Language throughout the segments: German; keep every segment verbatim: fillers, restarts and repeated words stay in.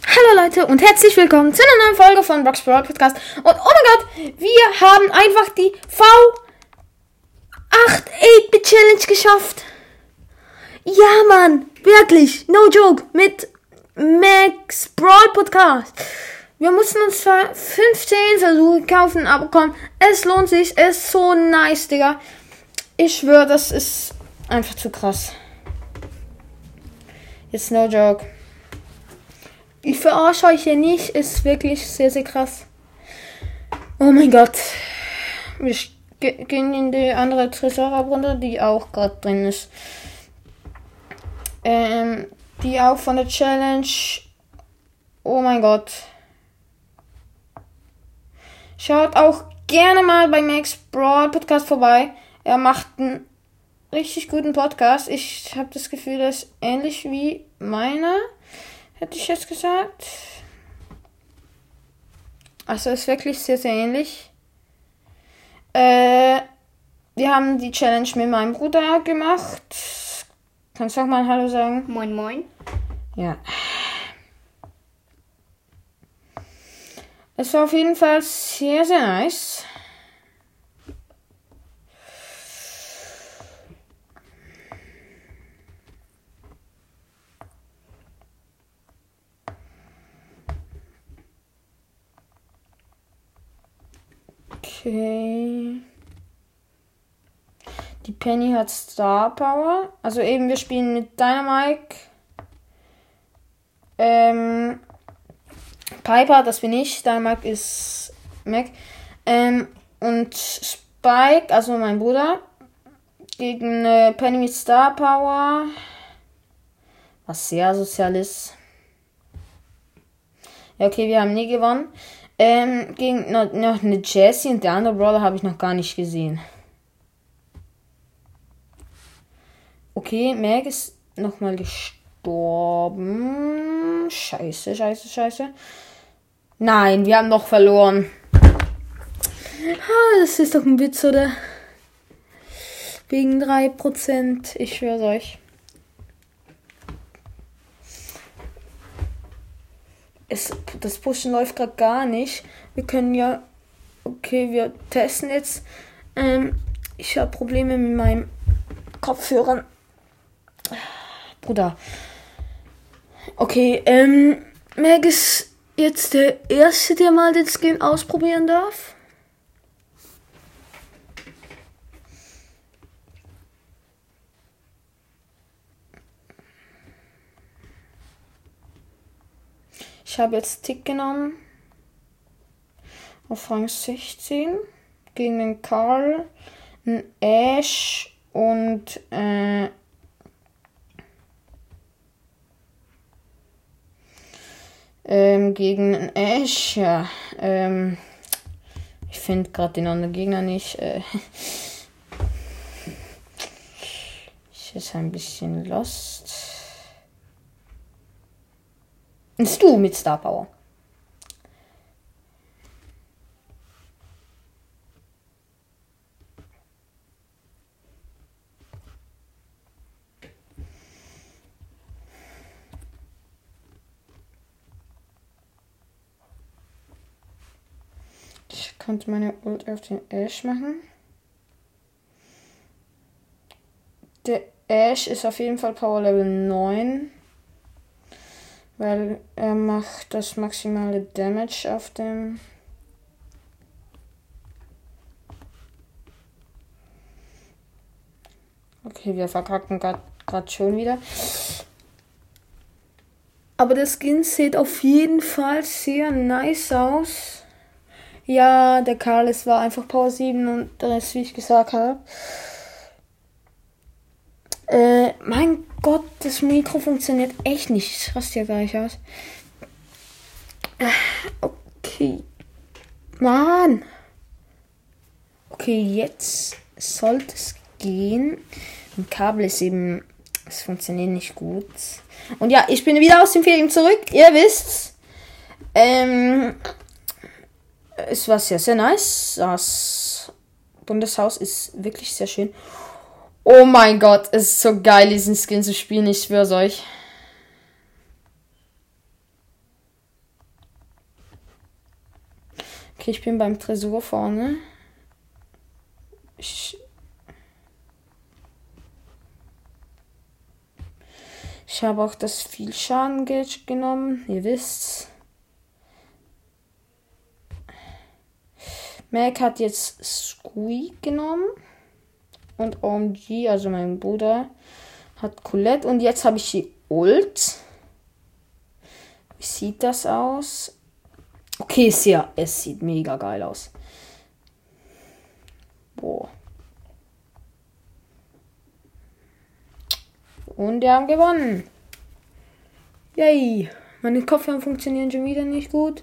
Hallo Leute und herzlich willkommen zu einer neuen Folge von Brock's Brawl Podcast. Und oh mein Gott, wir haben einfach die V acht acht-Bit Challenge geschafft. Ja Mann, wirklich, no joke, mit Max Brawl Podcast. Wir mussten uns zwar fünfzehn Versuche kaufen, aber komm, es lohnt sich, es ist so nice, Digga. Ich schwöre, das ist einfach zu krass. Jetzt no joke. Ich verarsche euch hier nicht, ist wirklich sehr, sehr krass. Oh mein Gott. Wir gehen in die andere Tresorrabrunde, die auch gerade drin ist. Ähm, die auch von der Challenge. Oh mein Gott. Schaut auch gerne mal bei Max Brawl Podcast vorbei. Er macht einen richtig guten Podcast. Ich habe das Gefühl, das ist ähnlich wie meiner. Hätte ich jetzt gesagt. Also ist wirklich sehr, sehr ähnlich. Äh, wir haben die Challenge mit meinem Bruder gemacht. Kannst du auch mal Hallo sagen? Moin, moin. Ja. Es war auf jeden Fall sehr, sehr nice. Okay. Die Penny hat Star Power. Also eben, wir spielen mit Dynamike. Ähm, Piper, das bin ich. Dynamike ist Mac. Ähm, und Spike, also mein Bruder. Gegen äh, Penny mit Star Power. Was sehr sozial ist. Ja, okay, wir haben nie gewonnen. Ähm, gegen noch, noch eine Jessie und der andere Brawler habe ich noch gar nicht gesehen. Okay, Meg ist nochmal gestorben. Scheiße, scheiße, scheiße. Nein, wir haben noch verloren. Ah, das ist doch ein Witz, oder? Wegen drei Prozent. Ich schwör's euch. Es, das Pushen läuft gerade gar nicht. Wir können ja... Okay, wir testen jetzt. Ähm, ich habe Probleme mit meinem Kopfhörern. Bruder. Okay, ähm... Meg ist jetzt der Erste, der mal den Skin ausprobieren darf. Ich habe jetzt Tick genommen. Auf Rang sechzehn. Gegen den Karl. Einen Ash. Und äh, ähm, gegen einen Ash. Ja. Ähm, ich finde gerade den anderen Gegner nicht. Äh, ich ist ein bisschen lost. Bist du mit Star Power? Ich konnte meine Ult auf den Ash machen. Der Ash ist auf jeden Fall Power Level neun. Weil er macht das maximale Damage auf dem. Okay, wir verkacken gerade schon wieder. Aber der Skin sieht auf jeden Fall sehr nice aus. Ja, der Karl, es war einfach Power sieben und der Rest, wie ich gesagt habe. Äh, mein Gott, das Mikro funktioniert echt nicht. Ich raste ja gar nicht aus. Okay. Mann. Okay, jetzt sollte es gehen. Ein Kabel ist eben... Es funktioniert nicht gut. Und ja, ich bin wieder aus dem Ferien zurück. Ihr wisst's. Ähm... Es war sehr, sehr nice. Das Bundeshaus ist wirklich sehr schön. Oh mein Gott, es ist so geil, diesen Skin zu spielen. Ich schwör's euch. Okay, ich bin beim Tresor vorne. Ich, ich habe auch das viel Schadengeld genommen. Ihr wisst's. Mac hat jetzt Squeak genommen. Und O M G, also mein Bruder, hat Colette. Und jetzt habe ich die Ult. Wie sieht das aus? Okay, ist ja, es sieht mega geil aus. Boah. Und wir haben gewonnen. Yay. Meine Kopfhörer funktionieren schon wieder nicht gut.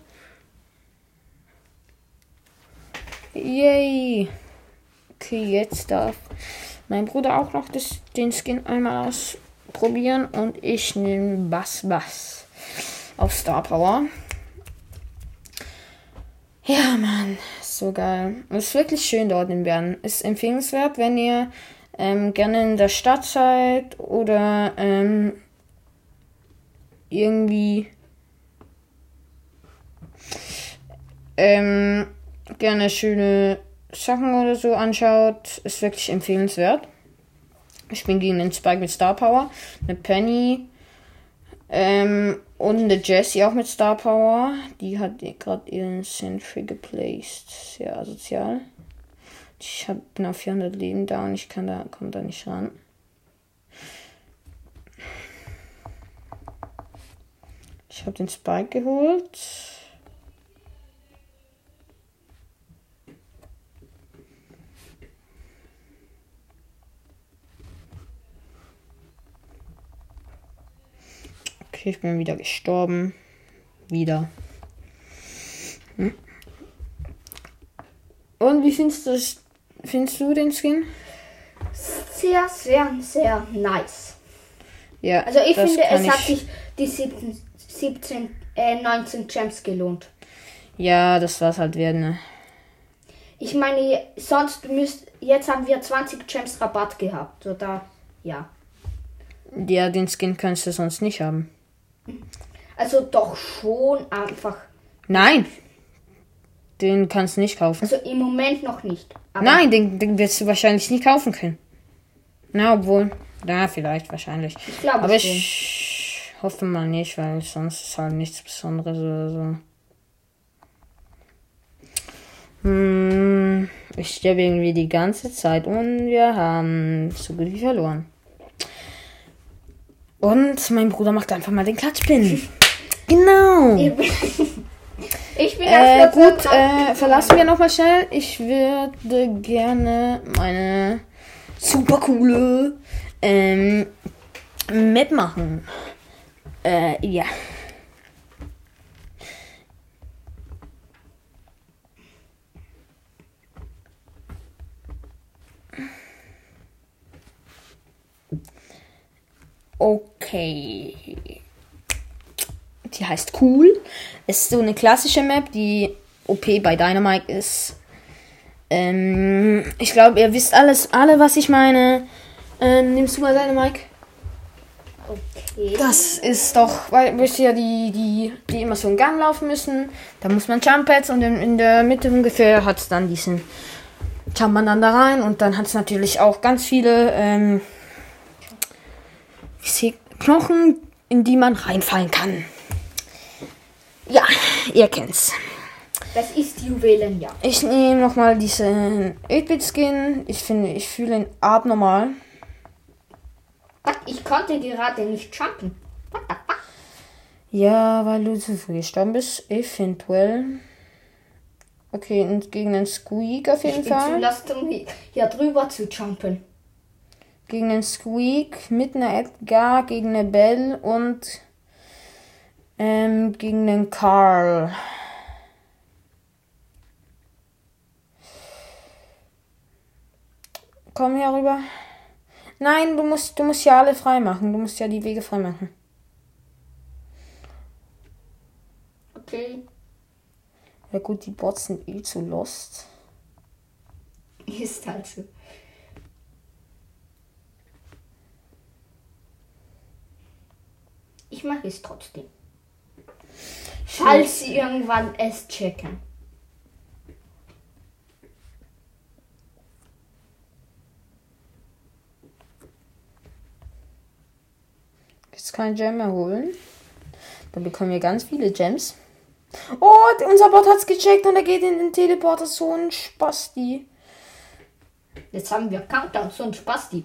Yay. Okay, jetzt darf mein Bruder auch noch das, den Skin einmal ausprobieren. Und ich nehme Bass Bass auf Star Power. Ja, Mann. So geil. Es ist wirklich schön dort in Bern. Ist empfehlenswert, wenn ihr ähm, gerne in der Stadt seid oder ähm, irgendwie ähm, gerne schöne Sachen oder so anschaut. Ist wirklich empfehlenswert. Ich bin gegen den Spike mit Star Power, eine Penny ähm, und eine Jessie auch mit Star Power. Die hat gerade ihren Sentry geplaced. Sehr asozial. Ich hab, bin auf vierhundert Leben da und ich kann da, komm da nicht ran. Ich habe den Spike geholt. Okay, ich bin wieder gestorben. Wieder. Hm. Und wie findest du das, findest du den Skin? Sehr, sehr, sehr nice. Ja. Also ich das finde, kann es hat ich- sich die siebzehn, siebzehn äh, neunzehn Gems gelohnt. Ja, das war's halt wert, ne? Ich meine, sonst müsst, jetzt haben wir zwanzig Gems Rabatt gehabt. So da, ja. Ja, den Skin kannst du sonst nicht haben. Also doch schon einfach. Nein! Den kannst du nicht kaufen. Also im Moment noch nicht. Aber Nein, den, den wirst du wahrscheinlich nie kaufen können. Na, obwohl. Na, vielleicht, wahrscheinlich. Ich glaube Aber schon. ich hoffe mal nicht, weil sonst ist halt nichts Besonderes oder so. Hm, ich sterbe irgendwie die ganze Zeit und wir haben so gut wie verloren. Und mein Bruder macht einfach mal den Klatschpin. Genau. Ich bin, ich bin Äh, erst gut, kurz äh, verlassen wir nochmal schnell. Ich würde gerne meine super coole ähm, Map machen. Äh, ja. Okay. Die heißt Cool. Ist so eine klassische Map, die O P bei Dynamite ist. Ähm, ich glaube, ihr wisst alles, alle, was ich meine. Ähm, nimmst du mal Dynamite? Okay. Das ist doch, weil wisst ihr, die, die, die immer so einen Gang laufen müssen. Da muss man Jump Pads und in, in der Mitte ungefähr hat es dann diesen Jump man dann da rein und dann hat es natürlich auch ganz viele ähm, ich seh, Knochen, in die man reinfallen kann. Ja, ihr kennt's. Das ist Juwelen, ja. Ich nehme nochmal diesen acht-Bit-Skin. Ich finde, ich fühle ihn abnormal. Was? Ich konnte gerade nicht jumpen. Ja, weil du zu früh gestorben bist. Eventuell. Okay, und gegen den Squeak auf jeden Ich bin zu Fall. lost, um hier drüber zu jumpen. Gegen den Squeak, mit einer Edgar, gegen eine Belle und ähm, gegen den Karl. Komm hier rüber. Nein, du musst, du musst ja alle frei machen. Du musst ja die Wege frei machen. Okay. Ja gut, die Bots sind eh zu lost. Ist halt so. Ich mache es trotzdem. Falls sie irgendwann es checken. kein Gem mehr holen. Dann bekommen wir ganz viele Gems. Oh, unser Bot hat's gecheckt und er geht in den Teleporter. So ein Spasti. Jetzt haben wir Countdown, so ein Spasti.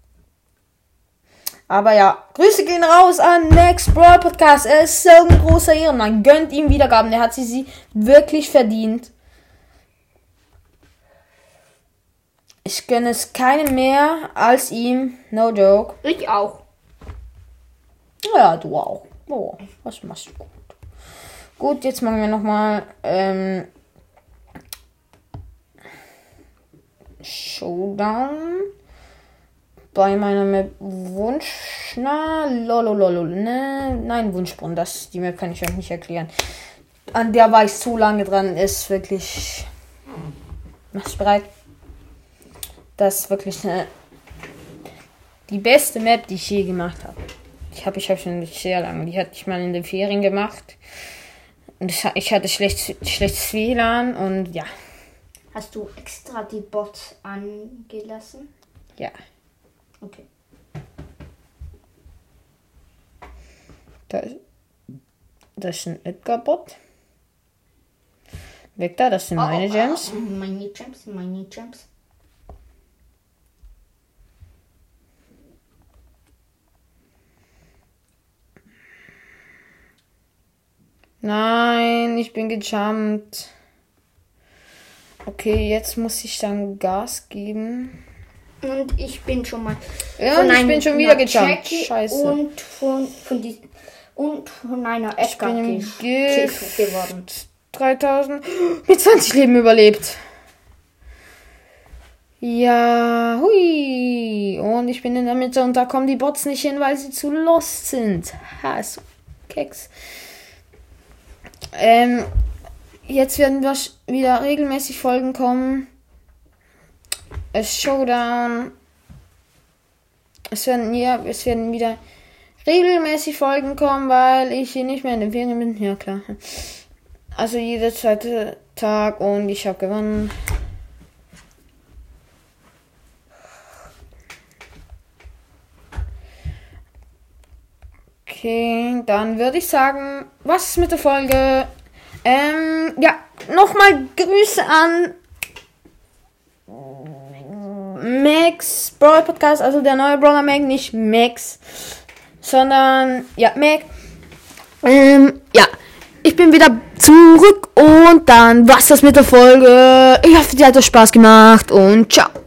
Aber ja, Grüße gehen raus an Max Brawl Podcast. Er ist so ein großer Ehrenmann. Gönnt ihm Wiedergaben. Er hat sie, sie wirklich verdient. Ich gönne es keinem mehr als ihm. No joke. Ich auch. Ja, du auch. Oh, was machst du gut? Gut, jetzt machen wir nochmal ähm, Showdown bei meiner Map Wunsch. Na, lolololol. Ne, nein, Wunschbrunnen. Das, die Map kann ich euch nicht erklären. An der war ich so lange dran. Ist wirklich. Machst du bereit? Das ist wirklich eine, die beste Map, die ich je gemacht habe. Ich habe ich hab schon sehr lange. Die hatte ich mal in den Ferien gemacht. Und ich hatte schlecht, schlechtes W L A N und ja. Hast du extra die Bots angelassen? Ja. Okay. Da ist, das ist ein Edgar-Bot. Weg da, das sind meine Gems. Oh, oh, meine Gems, meine Gems. Nein, ich bin gejumpt. Okay, jetzt muss ich dann Gas geben. Und ich bin schon mal. Ja, und ich bin schon wieder gejumpt. Scheiße. Und von, von die, und von einer Edgar ich bin im Gift geworden. dreitausend mit zwanzig Leben überlebt. Ja, hui. Und ich bin in der Mitte und da kommen die Bots nicht hin, weil sie zu lost sind. Ha, so Keks. Ähm, jetzt werden wir wieder regelmäßig Folgen kommen. Es Showdown. Es werden, ja, es werden wieder regelmäßig Folgen kommen, weil ich hier nicht mehr in den Ferien bin. Ja, klar. Also jeder zweite Tag und ich habe gewonnen. Okay, dann würde ich sagen, was ist mit der Folge? Ähm, ja, nochmal Grüße an Max Brawl Podcast, also der neue Brawler Mac, nicht Max, sondern, ja, Mac. Ähm, ja, ich bin wieder zurück und dann war's das mit der Folge. Ich hoffe, die hat euch Spaß gemacht und ciao.